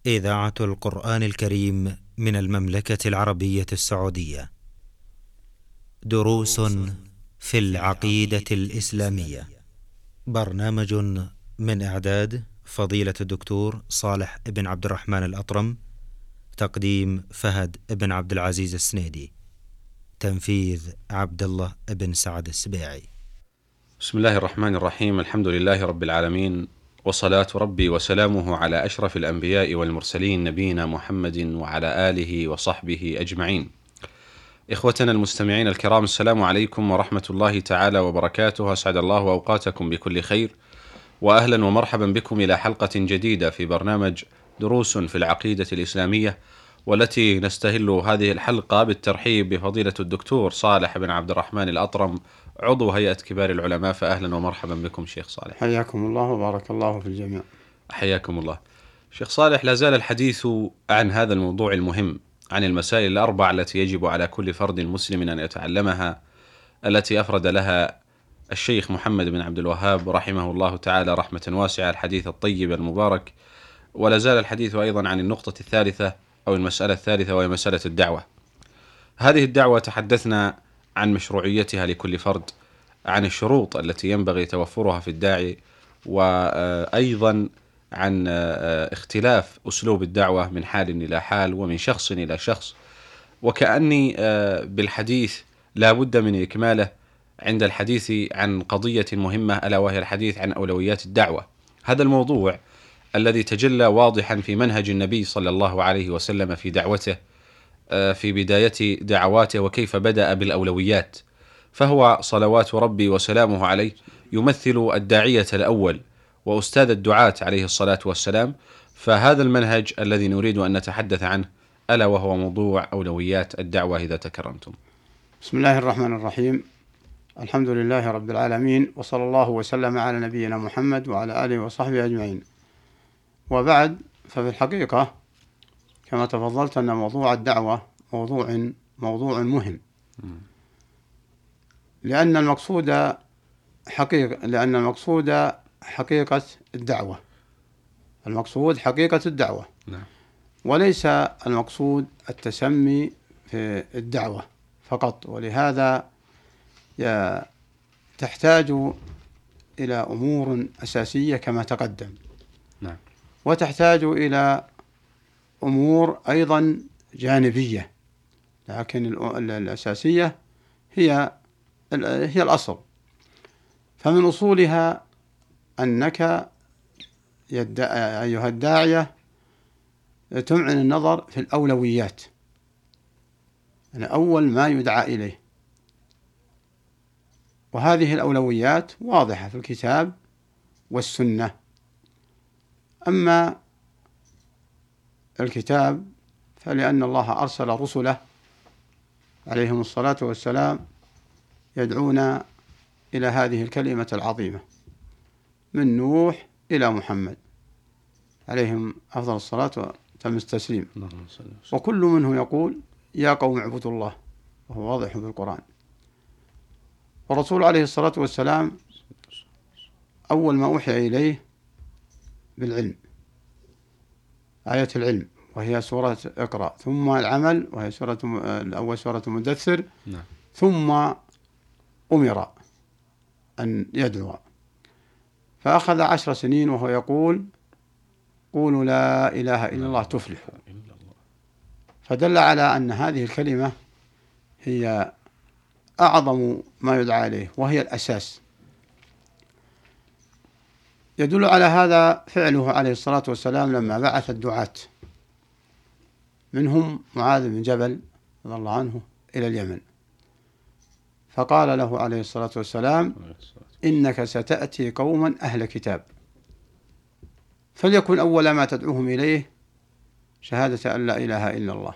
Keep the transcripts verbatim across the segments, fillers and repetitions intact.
إذاعة القرآن الكريم من المملكة العربية السعودية. دروس في العقيدة الإسلامية. برنامج من إعداد فضيلة الدكتور صالح بن عبد الرحمن الأطرم. تقديم فهد بن عبد العزيز السنيدي. تنفيذ عبد الله بن سعد السبيعي. بسم الله الرحمن الرحيم. الحمد لله رب العالمين، وصلاة ربي وسلامه على أشرف الأنبياء والمرسلين نبينا محمد وعلى آله وصحبه أجمعين. إخوتنا المستمعين الكرام، السلام عليكم ورحمة الله تعالى وبركاته. أسعد الله أوقاتكم بكل خير، وأهلا ومرحبا بكم إلى حلقة جديدة في برنامج دروس في العقيدة الإسلامية، والتي نستهل هذه الحلقة بالترحيب بفضيلة الدكتور صالح بن عبد الرحمن الأطرم، عضو هيئة كبار العلماء. فأهلا ومرحبا بكم شيخ صالح. حياكم الله وبارك الله في الجميع. حياكم الله. شيخ صالح، لا زال الحديث عن هذا الموضوع المهم، عن المسائل الأربع التي يجب على كل فرد مسلم أن يتعلمها، التي أفرد لها الشيخ محمد بن عبد الوهاب رحمه الله تعالى رحمة واسعة الحديث الطيب المبارك. ولا زال الحديث أيضا عن النقطة الثالثة أو المسألة الثالثة، وهي مسألة الدعوة. هذه الدعوة تحدثنا عن مشروعيتها لكل فرد، عن الشروط التي ينبغي توفرها في الداعي، وأيضا عن اختلاف أسلوب الدعوة من حال إلى حال ومن شخص إلى شخص. وكأني بالحديث لا بد من إكماله عند الحديث عن قضية مهمة، ألا وهي الحديث عن أولويات الدعوة. هذا الموضوع الذي تجلى واضحا في منهج النبي صلى الله عليه وسلم في دعوته في بداية دعواته، وكيف بدأ بالأولويات. فهو صلوات ربي وسلامه عليه يمثل الداعية الأول وأستاذ الدعاة عليه الصلاة والسلام. فهذا المنهج الذي نريد أن نتحدث عنه، ألا وهو موضوع أولويات الدعوة، إذا تكرمتم. بسم الله الرحمن الرحيم. الحمد لله رب العالمين، وصلى الله وسلم على نبينا محمد وعلى آله وصحبه أجمعين. وبعد، ففي الحقيقة كما تفضلت أن موضوع الدعوة موضوع موضوع مهم، لأن المقصود حقيقة لأن المقصود حقيقة الدعوة المقصود حقيقة الدعوة نعم. وليس المقصود التسمي في الدعوة فقط. ولهذا تحتاج إلى أمور أساسية كما تقدم، نعم. وتحتاج إلى أمور أيضا جانبية، لكن الأساسية هي هي الأصل. فمن أصولها أنك أيها الداعية تمعن النظر في الأولويات، يعني أول ما يدعى إليه، وهذه الأولويات واضحة في الكتاب والسنة. أما الكتاب فلأن الله أرسل رسله عليهم الصلاة والسلام يدعون إلى هذه الكلمة العظيمة، من نوح إلى محمد عليهم أفضل الصلاة وتم التسليم، وكل منه يقول يا قوم اعبدوا الله، وهو واضح في القرآن. والرسول عليه الصلاة والسلام أول ما أوحي إليه بالعلم، آية العلم وهي سورة اقرأ، ثم العمل وهي سورة الأول سورة المدثر، نعم. ثم أمر أن يدعو، فأخذ عشر سنين وهو يقول قولوا لا إله إلا الله تفلحوا. فدل على أن هذه الكلمة هي أعظم ما يدعى إليه، وهي الأساس. يدل على هذا فعله عليه الصلاة والسلام لما بعث الدعاة، منهم معاذ بن جبل رضي الله عنه إلى اليمن، فقال له عليه الصلاة والسلام إنك ستأتي قوما أهل كتاب، فليكن أول ما تدعوهم إليه شهادة أن لا إله إلا الله.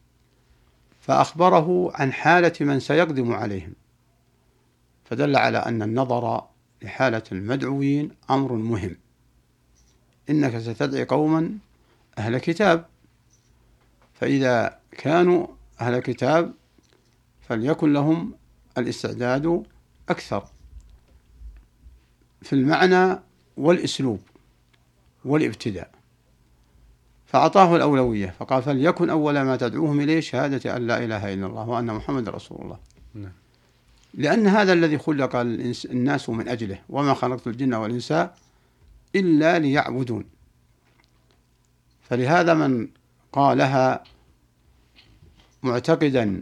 فأخبره عن حالة من سيقدم عليهم، فدل على أن النظر لحالة المدعوين أمر مهم. إنك ستدعي قوما أهل كتاب، فإذا كانوا أهل كتاب فليكن لهم الاستعداد أكثر في المعنى والأسلوب والابتداء. فأعطاه الأولوية، فقال فليكن أول ما تدعوهم إليه شهادة أن لا إله إلا الله وأن محمد رسول الله. نعم. لأن هذا الذي خلق الناس من أجله، وما خلقت الجن والإنس إلا ليعبدون. فلهذا من قالها معتقدا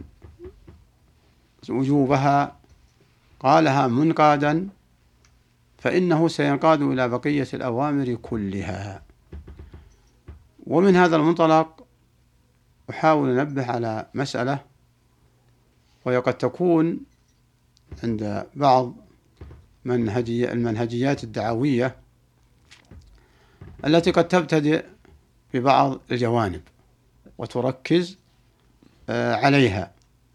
وجوبها قالها منقادا، فإنه سينقاد إلى بقية الأوامر كلها. ومن هذا المنطلق أحاول أن أنبه على مسألة، وهي قد تكون عند بعض منهجي المنهجيات الدعوية التي قد تبتدئ ببعض الجوانب وتركز عليها،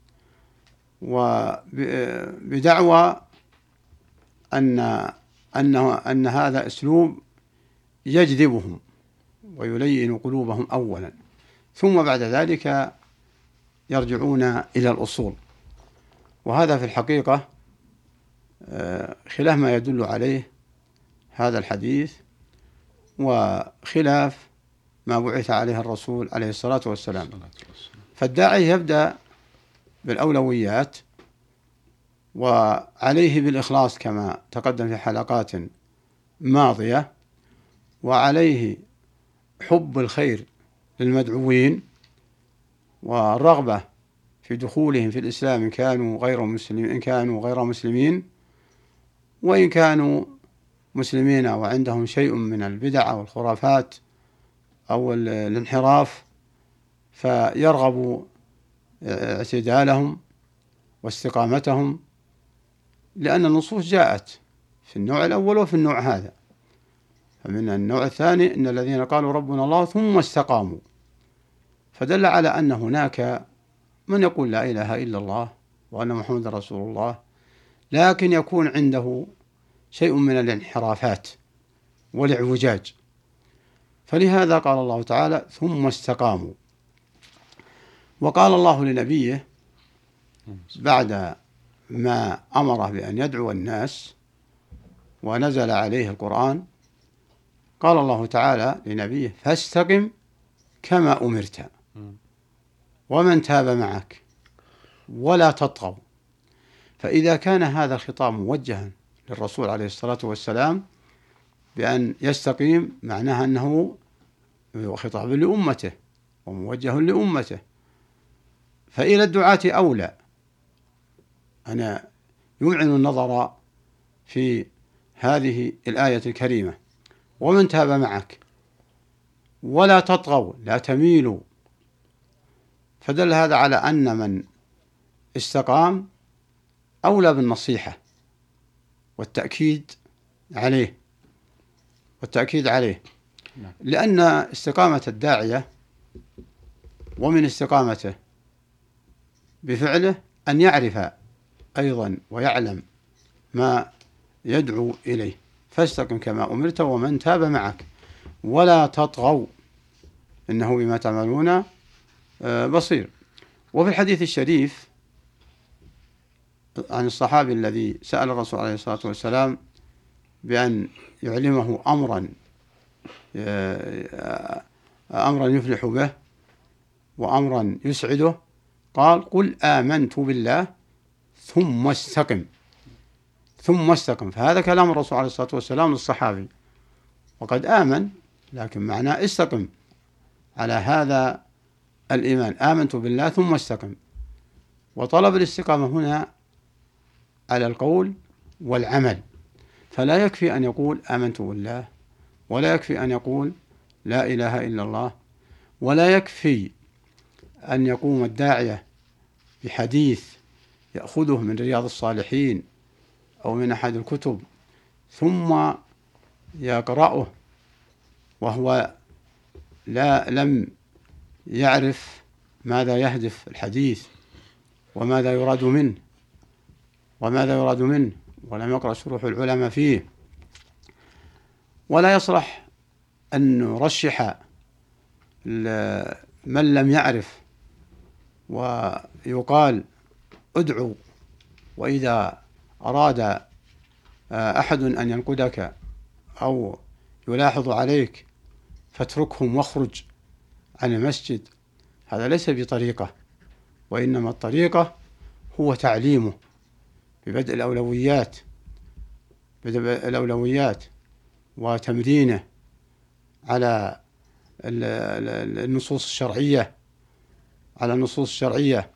وبدعوى أن أنه أن هذا أسلوب يجذبهم ويلين قلوبهم أولا، ثم بعد ذلك يرجعون إلى الأصول. وهذا في الحقيقة خلاف ما يدل عليه هذا الحديث، وخلاف ما بعث عليه الرسول عليه الصلاة والسلام. فالداعي يبدأ بالأولويات، وعليه بالإخلاص كما تقدم في حلقات ماضية، وعليه حب الخير للمدعوين والرغبة في دخولهم في الإسلام إن كانوا غير مسلمين إن كانوا غير مسلمين وإن كانوا مسلمين وعندهم شيء من البدع أو الخرافات أو الانحراف، فيرغب اعتدالهم واستقامتهم، لأن النصوص جاءت في النوع الأول وفي النوع هذا. فمن النوع الثاني إن الذين قالوا ربنا الله ثم استقاموا، فدل على أن هناك من يقول لا إله إلا الله وأن محمد رسول الله، لكن يكون عنده شيء من الانحرافات والاعوجاج. فلهذا قال الله تعالى ثم استقاموا. وقال الله لنبيه بعد ما أمره بأن يدعو الناس ونزل عليه القرآن، قال الله تعالى لنبيه فاستقم كما أمرت ومن تاب معك ولا تطغوا. فإذا كان هذا الخطاب موجها للرسول عليه الصلاة والسلام بأن يستقيم، معناها أنه خطاب لأمته وموجه لأمته، فإلى الدعاة أولى أن يمعن النظر في هذه الآية الكريمة ومن تاب معك ولا تطغوا لا تميلوا. فدل هذا على أن من استقام أولى بالنصيحة والتأكيد عليه والتأكيد عليه لأن استقامة الداعية ومن استقامته بفعله أن يعرف أيضا ويعلم ما يدعو إليه. فاستقم كما أمرت ومن تاب معك ولا تطغوا إنه بما تعملون بصير. وفي الحديث الشريف عن الصحابي الذي سأل الرسول عليه الصلاة والسلام بأن يعلمه أمرا أمرا يفلح به وأمرا يسعده، قال قل آمنت بالله ثم استقم ثم استقم. فهذا كلام الرسول عليه الصلاة والسلام للصحابي، وقد آمن لكن معناه استقم على هذا الإيمان، آمنت بالله ثم استقم. وطلب الاستقامة هنا على القول والعمل، فلا يكفي أن يقول آمنت بالله، ولا يكفي أن يقول لا إله إلا الله، ولا يكفي أن يقوم الداعية بحديث يأخذه من رياض الصالحين أو من أحد الكتب ثم يقرأه وهو لا لم يعرف ماذا يهدف الحديث وماذا يراد منه وماذا يراد منه ولم يقرأ شروح العلماء فيه. ولا يصلح أن نرشح من لم يعرف ويقال ادعو، وإذا أراد أحد أن ينقدك أو يلاحظ عليك فاتركهم واخرج عن المسجد، هذا ليس بطريقة، وإنما الطريقة هو تعليمه ببدء الأولويات بدء الأولويات وتمرينه على النصوص الشرعية على النصوص الشرعية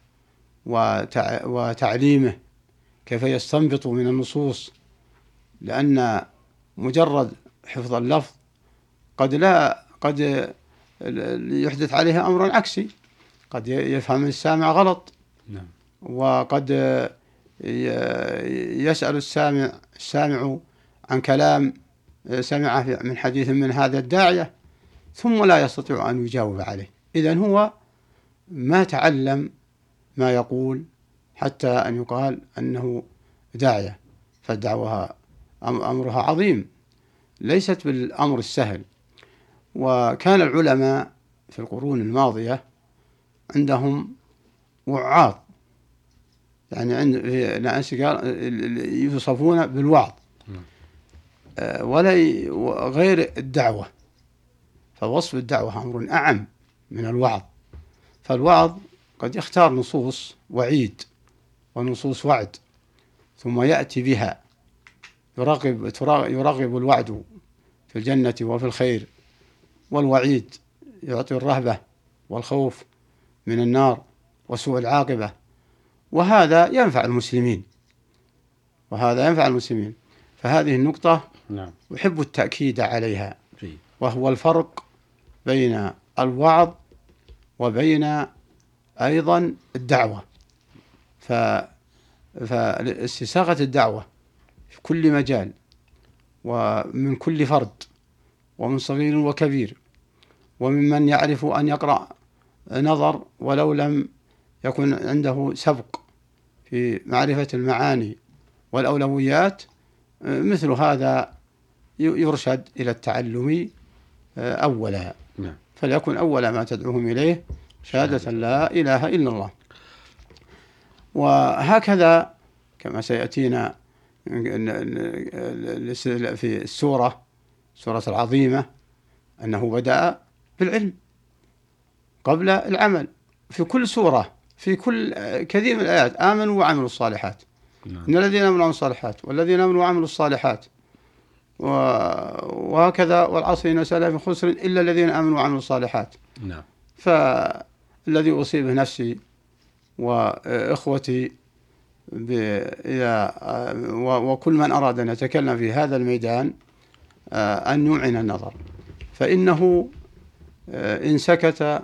وتعليمه كيف يستنبط من النصوص، لأن مجرد حفظ اللفظ قد لا قد يحدث عليها أمر عكسي، قد يفهم السامع غلط. نعم. وقد يسأل السامع السامع عن كلام سمعه من حديث من هذا الداعية ثم لا يستطيع أن يجاوب عليه، إذن هو ما تعلم ما يقول حتى أن يقال أنه داعية. فالدعوة أمرها عظيم، ليست بالأمر السهل. وكان العلماء في القرون الماضية عندهم وعاظ، يعني عند ناس يوصفون بالوعظ ولا غير الدعوة، فوصف الدعوة أمر أعم من الوعظ. فالوعظ قد يختار نصوص وعيد ونصوص وعد ثم يأتي بها، يرغب يرغب الوعد في الجنة وفي الخير، والوعيد يعطي الرهبة والخوف من النار وسوء العاقبة، وهذا ينفع المسلمين وهذا ينفع المسلمين. فهذه النقطة نعم. أحب التأكيد عليها، فيه. وهو الفرق بين الوعظ وبين أيضا الدعوة. فاستساغة الدعوة في كل مجال ومن كل فرد ومن صغير وكبير، وممن يعرف أن يقرأ نظر ولو لم يكن عنده سبق في معرفة المعاني والأولويات، مثل هذا يرشد إلى التعلم أولا. نعم. فليكن أول ما تدعوهم إليه شهادة لا إله إلا الله. وهكذا كما سيأتينا في السورة سورة العظيمة أنه بدأ بالعلم قبل العمل. في كل سورة في كل كثير من الآيات آمنوا وعملوا الصالحات. نعم. إن الذين آمنوا وعملوا الصالحات والذين آمنوا وعملوا الصالحات وهكذا والعصر إن الإنسان لفي خسر إلا الذين آمنوا وعملوا الصالحات. نعم. فالذي أصيبه نفسي وإخوتي وكل من أراد أن يتكلم في هذا الميدان أن يمعن النظر، فإنه إن سكت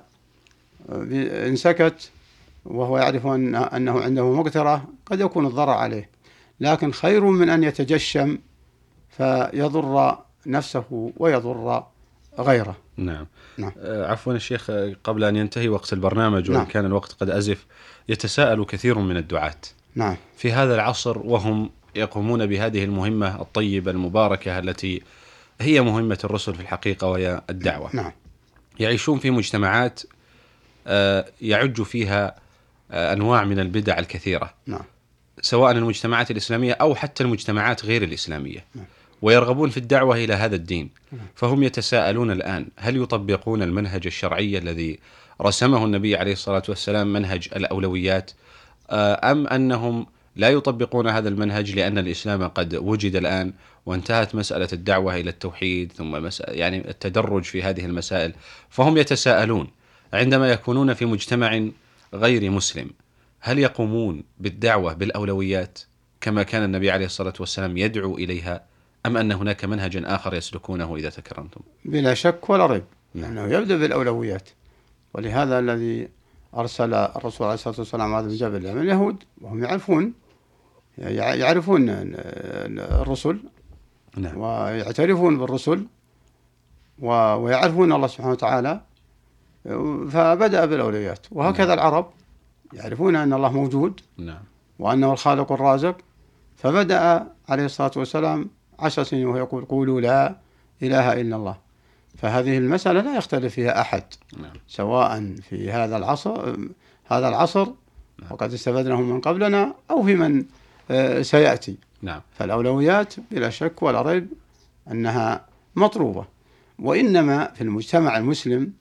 إن سكت وهو يعرف أنه عنده مقترة قد يكون الضرر عليه، لكن خير من أن يتجشم فيضر نفسه ويضر غيره. نعم. نعم. عفوا الشيخ، قبل أن ينتهي وقت البرنامج وإن نعم. كان الوقت قد أزف، يتساءل كثير من الدعاة نعم. في هذا العصر وهم يقومون بهذه المهمة الطيبة المباركة التي هي مهمة الرسل في الحقيقة وهي الدعوة. نعم. يعيشون في مجتمعات يعج فيها أنواع من البدع الكثيرة. نعم. سواء المجتمعات الإسلامية أو حتى المجتمعات غير الإسلامية. نعم. ويرغبون في الدعوة إلى هذا الدين. فهم يتساءلون الآن هل يطبقون المنهج الشرعي الذي رسمه النبي عليه الصلاة والسلام، منهج الأولويات، أم أنهم لا يطبقون هذا المنهج لأن الإسلام قد وجد الآن وانتهت مسألة الدعوة إلى التوحيد ثم مسألة يعني التدرج في هذه المسائل. فهم يتساءلون عندما يكونون في مجتمع غير مسلم هل يقومون بالدعوة بالأولويات كما كان النبي عليه الصلاة والسلام يدعو إليها، أم أن هناك منهج آخر يسلكونه إذا تكرمتم؟ بلا شك ولا ريب نعم. أنه يبدأ بالأولويات، ولهذا الذي أرسل الرسول عليه الصلاة والسلام معاذ بن جبل من اليهود وهم يعرفون يعرفون الرسل. نعم. ويعترفون بالرسل ويعرفون الله سبحانه وتعالى، فبدأ بالأولويات. وهكذا نعم. العرب يعرفون أن الله موجود. نعم. وأنه الخالق الرازق، فبدأ عليه الصلاة والسلام عشر سنين وهو يقول قولوا لا إله إلا الله. فهذه المسألة لا يختلف فيها أحد. نعم. سواء في هذا العصر هذا العصر نعم. وقد استفدناه من قبلنا أو في من سيأتي. نعم. فالأولويات بلا شك ولا ريب أنها مطلوبة، وإنما في المجتمع المسلم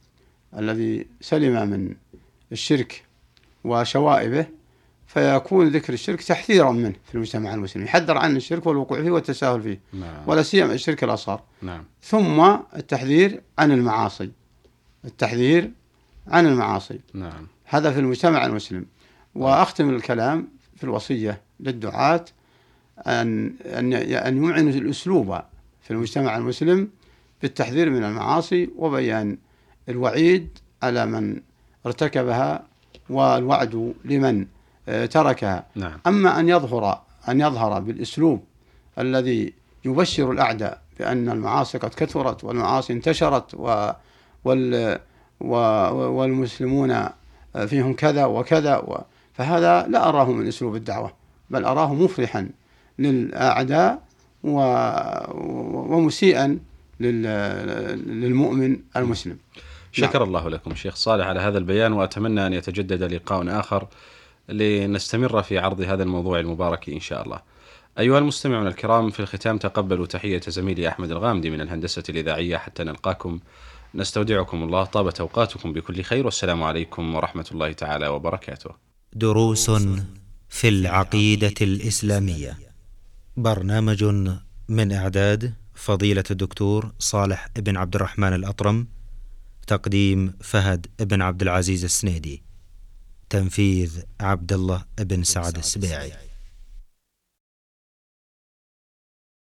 الذي سلم من الشرك وشوائبه، فيكون ذكر الشرك تحذيرا منه في المجتمع المسلم، يحذر عن الشرك والوقوع فيه والتساهل فيه، نعم. ولا سيما الشرك الأصغر. نعم. ثم التحذير عن المعاصي، التحذير عن المعاصي. نعم. هذا في المجتمع المسلم. وأختم الكلام في الوصية للدعاة أن أن أن يمعنوا الأسلوب في المجتمع المسلم بالتحذير من المعاصي وبيان الوعيد على من ارتكبها والوعد لمن تركها. نعم. أما أن يظهر أن يظهر بالأسلوب الذي يبشر الأعداء بأن المعاصي قد كثرت والمعاصي انتشرت و وال والمسلمون فيهم كذا وكذا و... فهذا لا أراه من أسلوب الدعوة، بل أراه مفرحا للأعداء و... ومسيئا لل... للمؤمن المسلم. شكر الله لكم شيخ صالح على هذا البيان، وأتمنى أن يتجدد لقاء آخر لنستمر في عرض هذا الموضوع المبارك إن شاء الله. أيها المستمعون الكرام، في الختام تقبلوا تحية زميلي أحمد الغامدي من الهندسة الإذاعية. حتى نلقاكم نستودعكم الله، طابت أوقاتكم بكل خير، والسلام عليكم ورحمة الله تعالى وبركاته. دروس في العقيدة الإسلامية، برنامج من إعداد فضيلة الدكتور صالح بن عبد الرحمن الأطرم، تقديم فهد بن عبد العزيز السنيدي، تنفيذ عبد الله بن سعد السبيعي.